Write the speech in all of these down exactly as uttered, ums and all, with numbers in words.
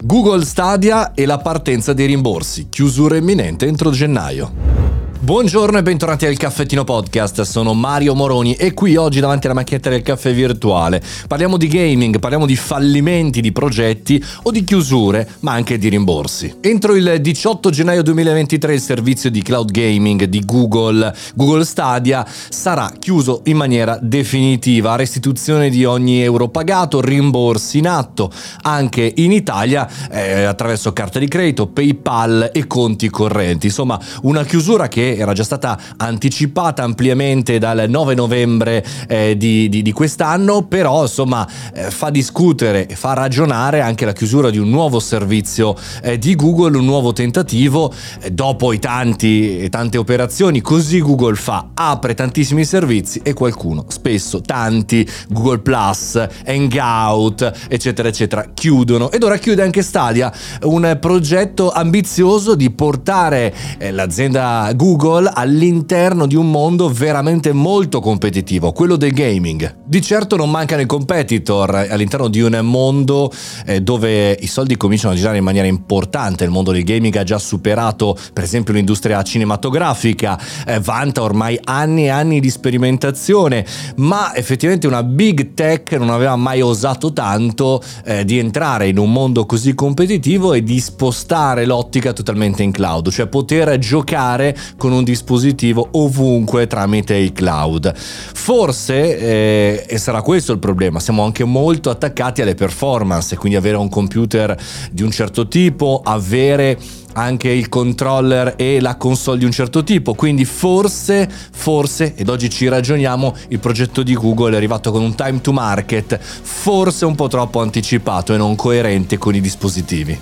Google Stadia e la partenza dei rimborsi, chiusura imminente entro gennaio. Buongiorno e bentornati al Caffettino Podcast, sono Mario Moroni e qui oggi davanti alla macchinetta del caffè virtuale parliamo di gaming, parliamo di fallimenti di progetti o di chiusure, ma anche di rimborsi. Entro il diciotto gennaio duemilaventitré il servizio di cloud gaming di Google, Google Stadia, sarà chiuso in maniera definitiva, restituzione di ogni euro pagato, rimborsi in atto, anche in Italia eh, attraverso carta di credito, PayPal e conti correnti. Insomma, una chiusura che era già stata anticipata ampiamente dal nove novembre eh, di, di, di quest'anno, però insomma eh, fa discutere e fa ragionare anche la chiusura di un nuovo servizio eh, di Google, un nuovo tentativo eh, dopo i tanti e tante operazioni. Così Google fa, apre tantissimi servizi e qualcuno, spesso tanti, Google Plus, Hangout eccetera eccetera, chiudono, ed ora chiude anche Stadia, un progetto ambizioso di portare eh, l'azienda Google all'interno di un mondo veramente molto competitivo, quello del gaming. Di certo non mancano i competitor all'interno di un mondo eh, dove i soldi cominciano a girare in maniera importante. Il mondo del gaming ha già superato per esempio l'industria cinematografica, eh, vanta ormai anni e anni di sperimentazione, ma effettivamente una big tech non aveva mai osato tanto eh, di entrare in un mondo così competitivo e di spostare l'ottica totalmente in cloud, cioè poter giocare con un dispositivo ovunque tramite il cloud. Forse, eh, e sarà questo il problema, siamo anche molto attaccati alle performance, quindi avere un computer di un certo tipo, avere anche il controller e la console di un certo tipo, quindi forse, forse, ed oggi ci ragioniamo, il progetto di Google è arrivato con un time to market forse un po' troppo anticipato e non coerente con i dispositivi.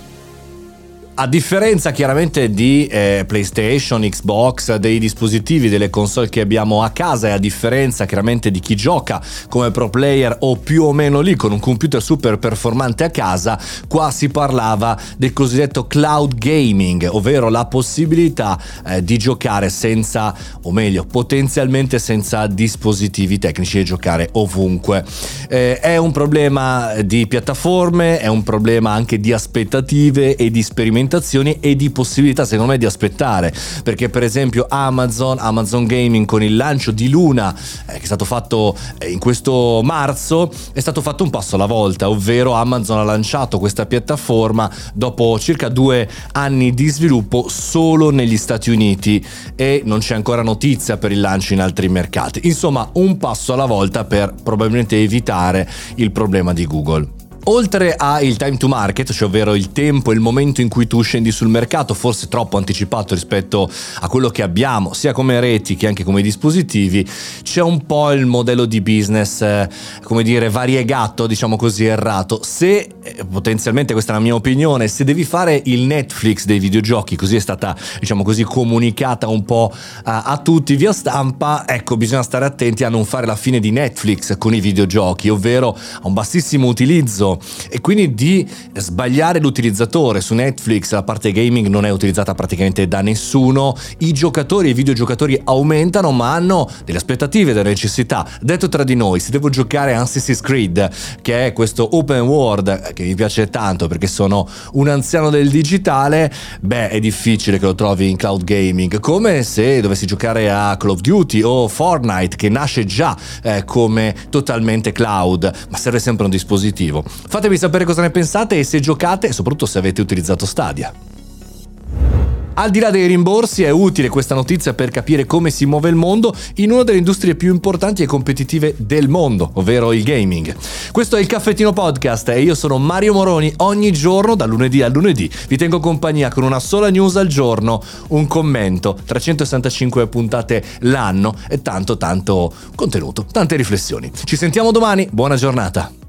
A differenza chiaramente di eh, PlayStation, Xbox, dei dispositivi, delle console che abbiamo a casa, e a differenza chiaramente di chi gioca come pro player o più o meno lì con un computer super performante a casa, qua si parlava del cosiddetto cloud gaming, ovvero la possibilità eh, di giocare senza, o meglio, potenzialmente senza dispositivi tecnici e giocare ovunque. Eh, è un problema di piattaforme, è un problema anche di aspettative e di sperimentazioni e di possibilità secondo me di aspettare, perché per esempio Amazon, Amazon Gaming con il lancio di Luna eh, che è stato fatto eh, in questo marzo, è stato fatto un passo alla volta, ovvero Amazon ha lanciato questa piattaforma dopo circa due anni di sviluppo solo negli Stati Uniti e non c'è ancora notizia per il lancio in altri mercati. Insomma, un passo alla volta per probabilmente evitare il problema di Google. Oltre a il time to market, cioè ovvero il tempo e il momento in cui tu scendi sul mercato, forse troppo anticipato rispetto a quello che abbiamo sia come reti che anche come dispositivi, c'è un po' il modello di business eh, come dire variegato, diciamo così, errato. Se eh, potenzialmente, questa è la mia opinione, se devi fare il Netflix dei videogiochi, così è stata diciamo così comunicata un po' a, a tutti via stampa, ecco, bisogna stare attenti a non fare la fine di Netflix con i videogiochi, ovvero a un bassissimo utilizzo e quindi di sbagliare l'utilizzatore. Su Netflix la parte gaming non è utilizzata praticamente da nessuno, i giocatori e i videogiocatori aumentano ma hanno delle aspettative, delle necessità. Detto tra di noi, se devo giocare a Assassin's Creed, che è questo open world che mi piace tanto perché sono un anziano del digitale, beh, è difficile che lo trovi in cloud gaming, come se dovessi giocare a Call of Duty o Fortnite, che nasce già eh, come totalmente cloud, ma serve sempre un dispositivo. Fatemi sapere cosa ne pensate e se giocate e soprattutto se avete utilizzato Stadia. Al di là dei rimborsi, è utile questa notizia per capire come si muove il mondo in una delle industrie più importanti e competitive del mondo, ovvero il gaming. Questo è il Caffettino Podcast e io sono Mario Moroni. Ogni giorno, da lunedì a lunedì, vi tengo compagnia con una sola news al giorno, un commento, trecentosessantacinque puntate l'anno e tanto tanto contenuto, tante riflessioni. Ci sentiamo domani, buona giornata!